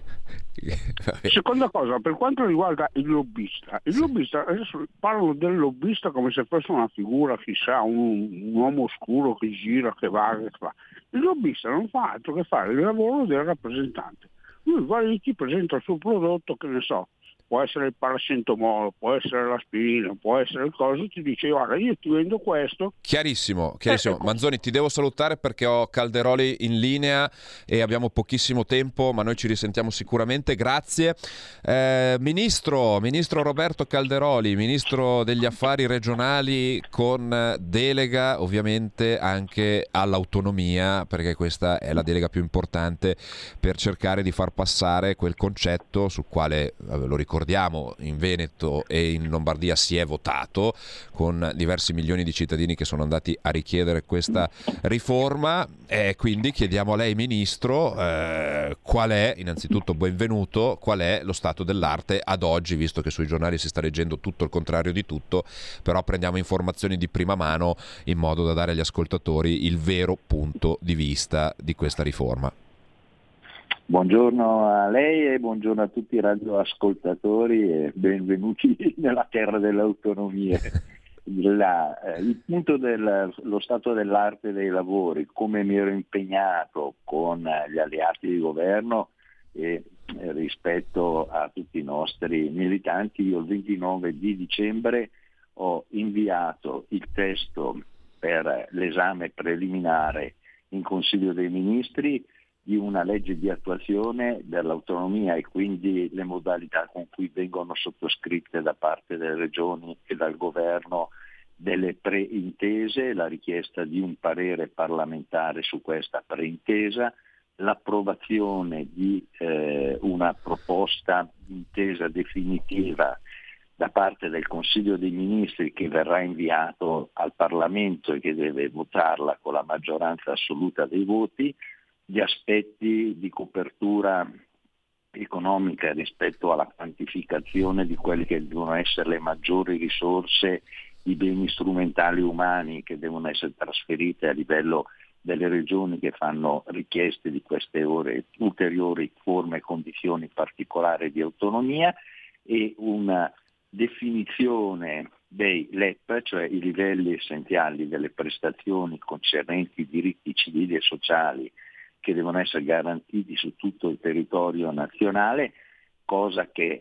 Seconda cosa, per quanto riguarda il lobbista, il lobbista, adesso parlo del lobbista come se fosse una figura, chissà, un, un uomo oscuro che gira, che va, che fa. Il lobbista non fa altro che fare il lavoro del rappresentante. Lui va lì, ti presenta il suo prodotto, che ne so, può essere il paracetamolo, può essere l'aspirina, può essere il coso, ti dice guarda io ti vendo questo. Chiarissimo, chiarissimo. Eh, Manzoni, ti devo salutare perché ho Calderoli in linea e abbiamo pochissimo tempo, ma noi ci risentiamo sicuramente, grazie. Eh, ministro, ministro Roberto Calderoli, ministro degli affari regionali con delega ovviamente anche all'autonomia, perché questa è la delega più importante per cercare di far passare quel concetto sul quale, lo ricordo, Ricordiamo, in Veneto e in Lombardia si è votato con diversi milioni di cittadini che sono andati a richiedere questa riforma e quindi chiediamo a lei Ministro eh, qual è, innanzitutto benvenuto, qual è lo stato dell'arte ad oggi, visto che sui giornali si sta leggendo tutto il contrario di tutto, però prendiamo informazioni di prima mano in modo da dare agli ascoltatori il vero punto di vista di questa riforma. Buongiorno a lei e buongiorno a tutti i radioascoltatori e benvenuti nella terra delle autonomie. La, eh, il punto dello stato dell'arte dei lavori, come mi ero impegnato con gli alleati di governo e eh, rispetto a tutti i nostri militanti, io il ventinove di dicembre ho inviato il testo per l'esame preliminare in Consiglio dei Ministri di una legge di attuazione dell'autonomia e quindi le modalità con cui vengono sottoscritte da parte delle regioni e dal governo delle preintese, la richiesta di un parere parlamentare su questa preintesa, l'approvazione di eh, una proposta d'intesa definitiva da parte del Consiglio dei Ministri che verrà inviato al Parlamento e che deve votarla con la maggioranza assoluta dei voti, gli aspetti di copertura economica rispetto alla quantificazione di quelle che devono essere le maggiori risorse, i beni strumentali umani che devono essere trasferite a livello delle regioni che fanno richieste di queste ore, ulteriori forme e condizioni particolari di autonomia e una definizione dei L E P, cioè i livelli essenziali delle prestazioni concernenti i diritti civili e sociali che devono essere garantiti su tutto il territorio nazionale, cosa che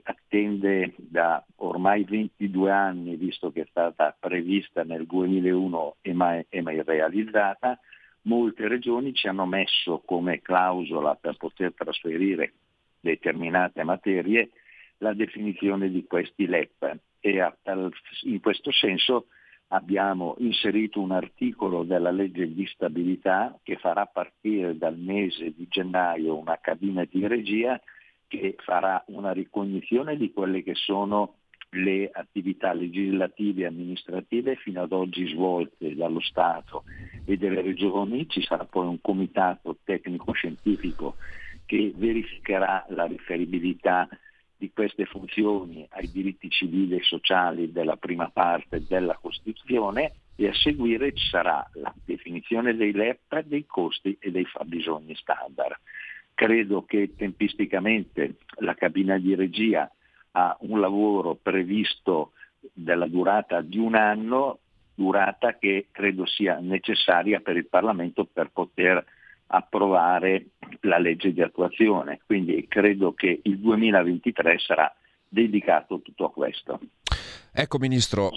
attende da ormai ventidue anni, visto che è stata prevista nel duemilauno e mai, e mai realizzata. Molte regioni ci hanno messo come clausola per poter trasferire determinate materie la definizione di questi L E P e in questo senso abbiamo inserito un articolo della legge di stabilità che farà partire dal mese di gennaio una cabina di regia che farà una ricognizione di quelle che sono le attività legislative e amministrative fino ad oggi svolte dallo Stato e delle regioni. Ci sarà poi un comitato tecnico-scientifico che verificherà la riferibilità di queste funzioni ai diritti civili e sociali della prima parte della Costituzione e a seguire ci sarà la definizione dei L E P, dei costi e dei fabbisogni standard. Credo che tempisticamente la cabina di regia ha un lavoro previsto della durata di un anno, durata che credo sia necessaria per il Parlamento per poter approvare la legge di attuazione, quindi credo che il duemilaventitré sarà dedicato tutto a questo. Ecco Ministro,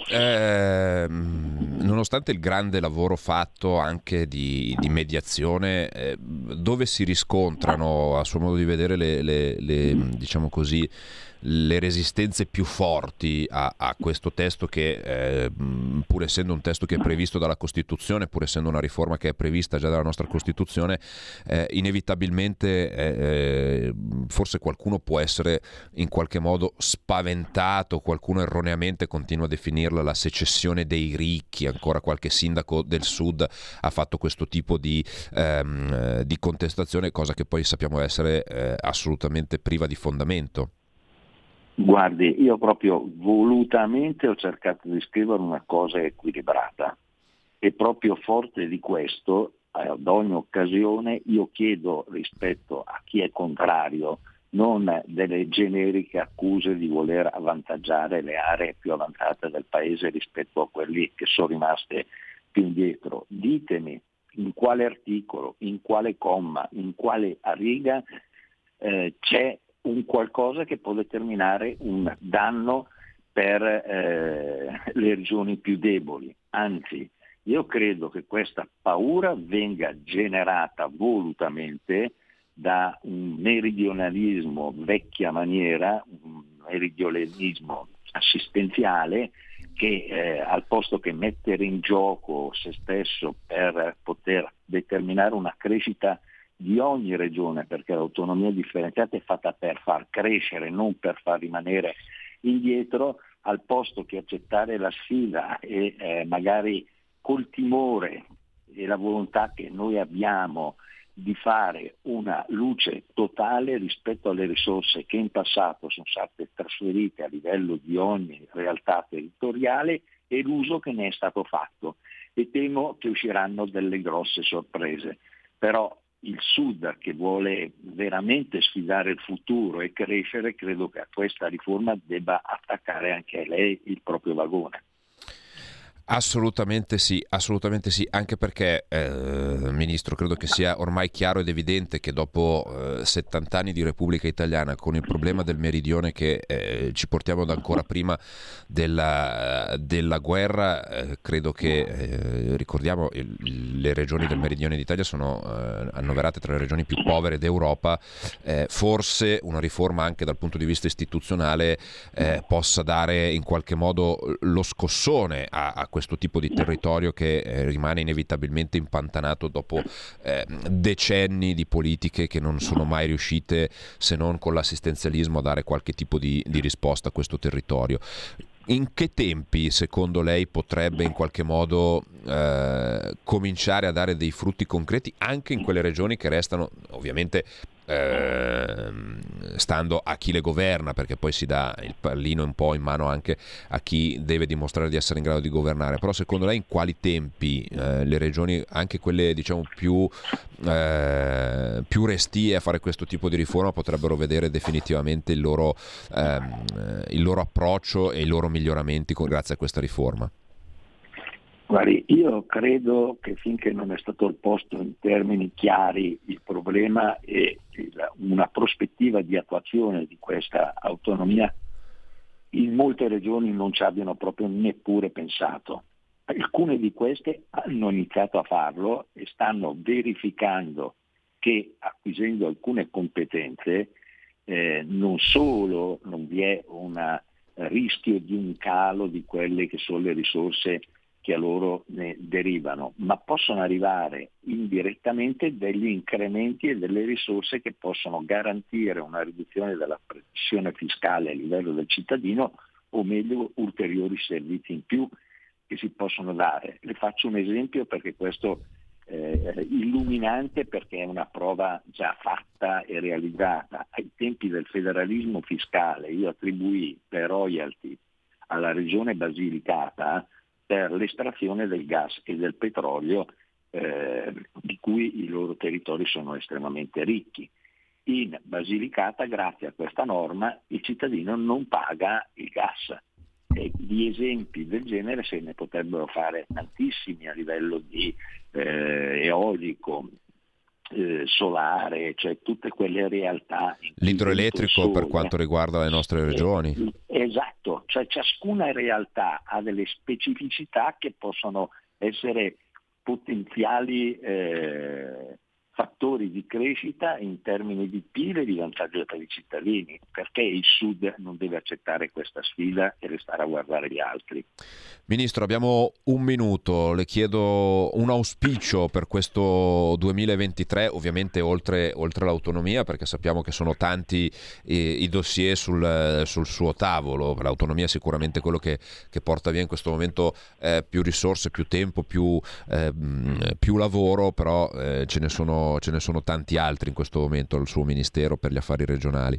ehm, nonostante il grande lavoro fatto anche di, di mediazione, eh, dove si riscontrano a suo modo di vedere le, le, le, diciamo così, le resistenze più forti a, a questo testo che eh, pur essendo un testo che è previsto dalla Costituzione, pur essendo una riforma che è prevista già dalla nostra Costituzione, eh, inevitabilmente eh, forse qualcuno può essere in qualche modo spaventato, qualcuno erroneamente continua a definirla la secessione dei ricchi, ancora qualche sindaco del sud ha fatto questo tipo di, ehm, di contestazione, cosa che poi sappiamo essere eh, assolutamente priva di fondamento. Guardi, io proprio volutamente ho cercato di scrivere una cosa equilibrata e proprio forte di questo, ad ogni occasione, io chiedo rispetto a chi è contrario non delle generiche accuse di voler avvantaggiare le aree più avanzate del paese rispetto a quelli che sono rimaste più indietro. Ditemi in quale articolo, in quale comma, in quale riga eh, c'è un qualcosa che può determinare un danno per eh, le regioni più deboli. Anzi, io credo che questa paura venga generata volutamente da un meridionalismo vecchia maniera, un meridionalismo assistenziale che eh, al posto che mettere in gioco se stesso per poter determinare una crescita di ogni regione, perché l'autonomia differenziata è fatta per far crescere, non per far rimanere indietro, al posto che accettare la sfida e eh, magari col timore e la volontà che noi abbiamo di fare una luce totale rispetto alle risorse che in passato sono state trasferite a livello di ogni realtà territoriale e l'uso che ne è stato fatto. E temo che usciranno delle grosse sorprese. Però il Sud che vuole veramente sfidare il futuro e crescere, credo che a questa riforma debba attaccare anche lei il proprio vagone. Assolutamente sì, assolutamente sì, anche perché, eh, Ministro, credo che sia ormai chiaro ed evidente che dopo eh, settanta anni di Repubblica Italiana, con il problema del meridione che eh, ci portiamo da ancora prima della, della guerra, eh, credo che, eh, ricordiamo, il, le regioni del meridione d'Italia sono eh, annoverate tra le regioni più povere d'Europa, eh, forse una riforma anche dal punto di vista istituzionale eh, possa dare in qualche modo lo scossone a, a questo tipo di territorio che eh, rimane inevitabilmente impantanato dopo eh, decenni di politiche che non sono mai riuscite, se non con l'assistenzialismo, a dare qualche tipo di, di risposta a questo territorio. In che tempi, secondo lei, potrebbe in qualche modo eh, cominciare a dare dei frutti concreti anche in quelle regioni che restano, ovviamente, eh, stando a chi le governa, perché poi si dà il pallino un po' in mano anche a chi deve dimostrare di essere in grado di governare, però secondo lei in quali tempi eh, le regioni, anche quelle diciamo più, eh, più restie a fare questo tipo di riforma, potrebbero vedere definitivamente il loro, ehm, il loro approccio e i loro miglioramenti con, grazie a questa riforma? Guardi, io credo che finché non è stato posto in termini chiari il problema e una prospettiva di attuazione di questa autonomia, in molte regioni non ci abbiano proprio neppure pensato. Alcune di queste hanno iniziato a farlo e stanno verificando che, acquisendo alcune competenze, eh, non solo non vi è un rischio di un calo di quelle che sono le risorse che a loro ne derivano, ma possono arrivare indirettamente degli incrementi e delle risorse che possono garantire una riduzione della pressione fiscale a livello del cittadino, o meglio ulteriori servizi in più che si possono dare. Le faccio un esempio perché questo è illuminante, perché è una prova già fatta e realizzata. Ai tempi del federalismo fiscale io attribuì le royalty alla regione Basilicata per l'estrazione del gas e del petrolio eh, di cui i loro territori sono estremamente ricchi. In Basilicata, grazie a questa norma, il cittadino non paga il gas. E di esempi del genere se ne potrebbero fare tantissimi a livello di eh, eolico, eh, solare, cioè tutte quelle realtà. L'idroelettrico per quanto riguarda le nostre regioni. Eh, esatto, cioè ciascuna realtà ha delle specificità che possono essere potenziali eh, fattori di crescita in termini di P I L e di vantaggio per i cittadini, perché il Sud non deve accettare questa sfida e restare a guardare gli altri. Ministro, abbiamo un minuto, le chiedo un auspicio per questo duemilaventitré, ovviamente oltre, oltre l'autonomia, perché sappiamo che sono tanti eh, i dossier sul, sul suo tavolo. L'autonomia è sicuramente quello che, che porta via in questo momento eh, più risorse, più tempo, più, eh, più lavoro, però eh, ce ne sono ce ne sono tanti altri in questo momento al suo ministero per gli affari regionali.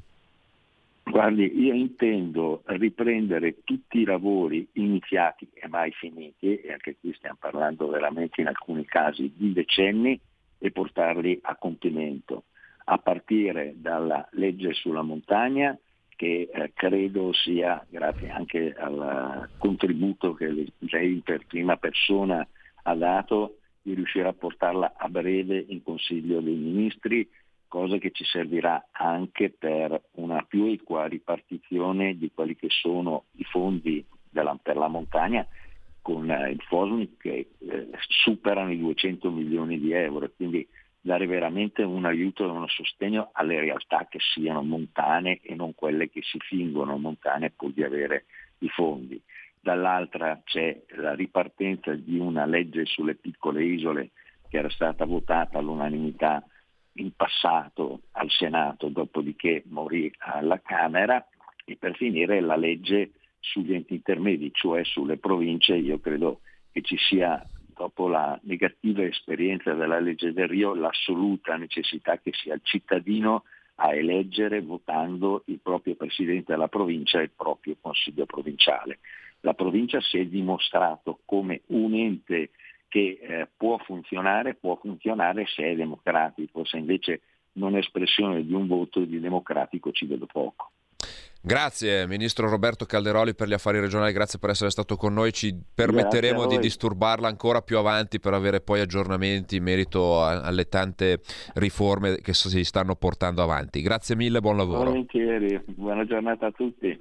Guardi, io intendo riprendere tutti i lavori iniziati e mai finiti, e anche qui stiamo parlando veramente in alcuni casi di decenni, e portarli a compimento, a partire dalla legge sulla montagna, che eh, credo sia, grazie anche al contributo che lei per prima persona ha dato, di riuscire a portarla a breve in Consiglio dei Ministri, cosa che ci servirà anche per una più equa ripartizione di quelli che sono i fondi della, per la montagna, con eh, il FOSMI che eh, superano i duecento milioni di euro, quindi dare veramente un aiuto e un sostegno alle realtà che siano montane e non quelle che si fingono montane pur di avere i fondi. Dall'altra c'è la ripartenza di una legge sulle piccole isole che era stata votata all'unanimità in passato al Senato, dopodiché morì alla Camera, e per finire la legge sugli enti intermedi, cioè sulle province. Io credo che ci sia, dopo la negativa esperienza della legge del Rio, l'assoluta necessità che sia il cittadino a eleggere, votando, il proprio presidente della provincia e il proprio consiglio provinciale. La provincia si è dimostrato come un ente che eh, può funzionare, può funzionare se è democratico, se invece non è espressione di un voto di democratico ci vedo poco. Grazie Ministro Roberto Calderoli per gli affari regionali, grazie per essere stato con noi, ci permetteremo di disturbarla ancora più avanti per avere poi aggiornamenti in merito a, alle tante riforme che si stanno portando avanti. Grazie mille, buon lavoro. Volentieri, buona giornata a tutti.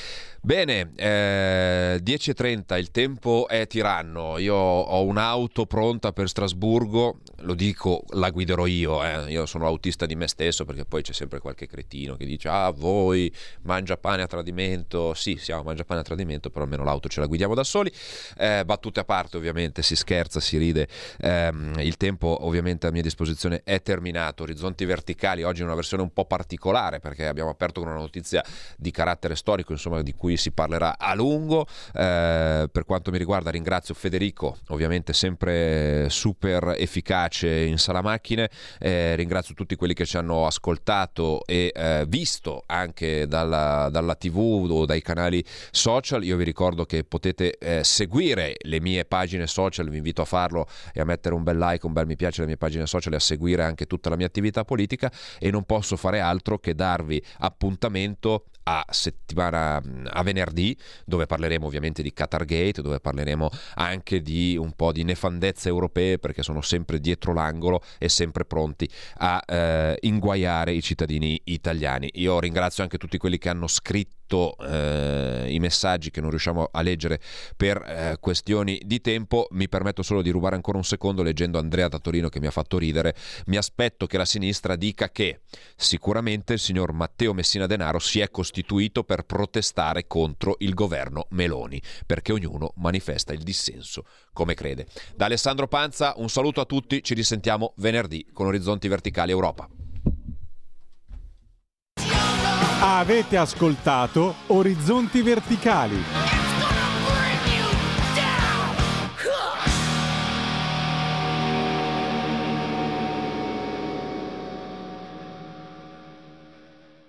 Bene, eh, dieci e trenta, il tempo è tiranno, io ho un'auto pronta per Strasburgo, lo dico, la guiderò io, eh. Io sono autista di me stesso, perché poi c'è sempre qualche cretino che dice ah voi mangia pane a tradimento, sì siamo mangia pane a tradimento, però almeno l'auto ce la guidiamo da soli. Eh, battute a parte, ovviamente si scherza, si ride, eh, il tempo ovviamente a mia disposizione è terminato. Orizzonti Verticali oggi in una versione un po' particolare, perché abbiamo aperto con una notizia di carattere storico, insomma, di cui si parlerà a lungo. Eh, per quanto mi riguarda ringrazio Federico, ovviamente sempre super efficace in sala macchine, eh, ringrazio tutti quelli che ci hanno ascoltato e eh, visto anche dalla, dalla tivù o dai canali social. Io vi ricordo che potete eh, seguire le mie pagine social, vi invito a farlo e a mettere un bel like, un bel mi piace alle mie pagine social e a seguire anche tutta la mia attività politica, e non posso fare altro che darvi appuntamento a settimana a venerdì, dove parleremo ovviamente di Qatargate, dove parleremo anche di un po' di nefandezze europee, perché sono sempre dietro l'angolo e sempre pronti a eh, inguaiare i cittadini italiani. Io ringrazio anche tutti quelli che hanno scritto eh, i messaggi che non riusciamo a leggere per eh, questioni di tempo. Mi permetto solo di rubare ancora un secondo leggendo Andrea da Torino, che mi ha fatto ridere. Mi aspetto che la sinistra dica che sicuramente il signor Matteo Messina Denaro si è costituito per protestare contro il governo Meloni, perché ognuno manifesta il dissenso come crede. Da Alessandro Panza un saluto a tutti, ci risentiamo venerdì con Orizzonti Verticali Europa. Avete ascoltato Orizzonti Verticali.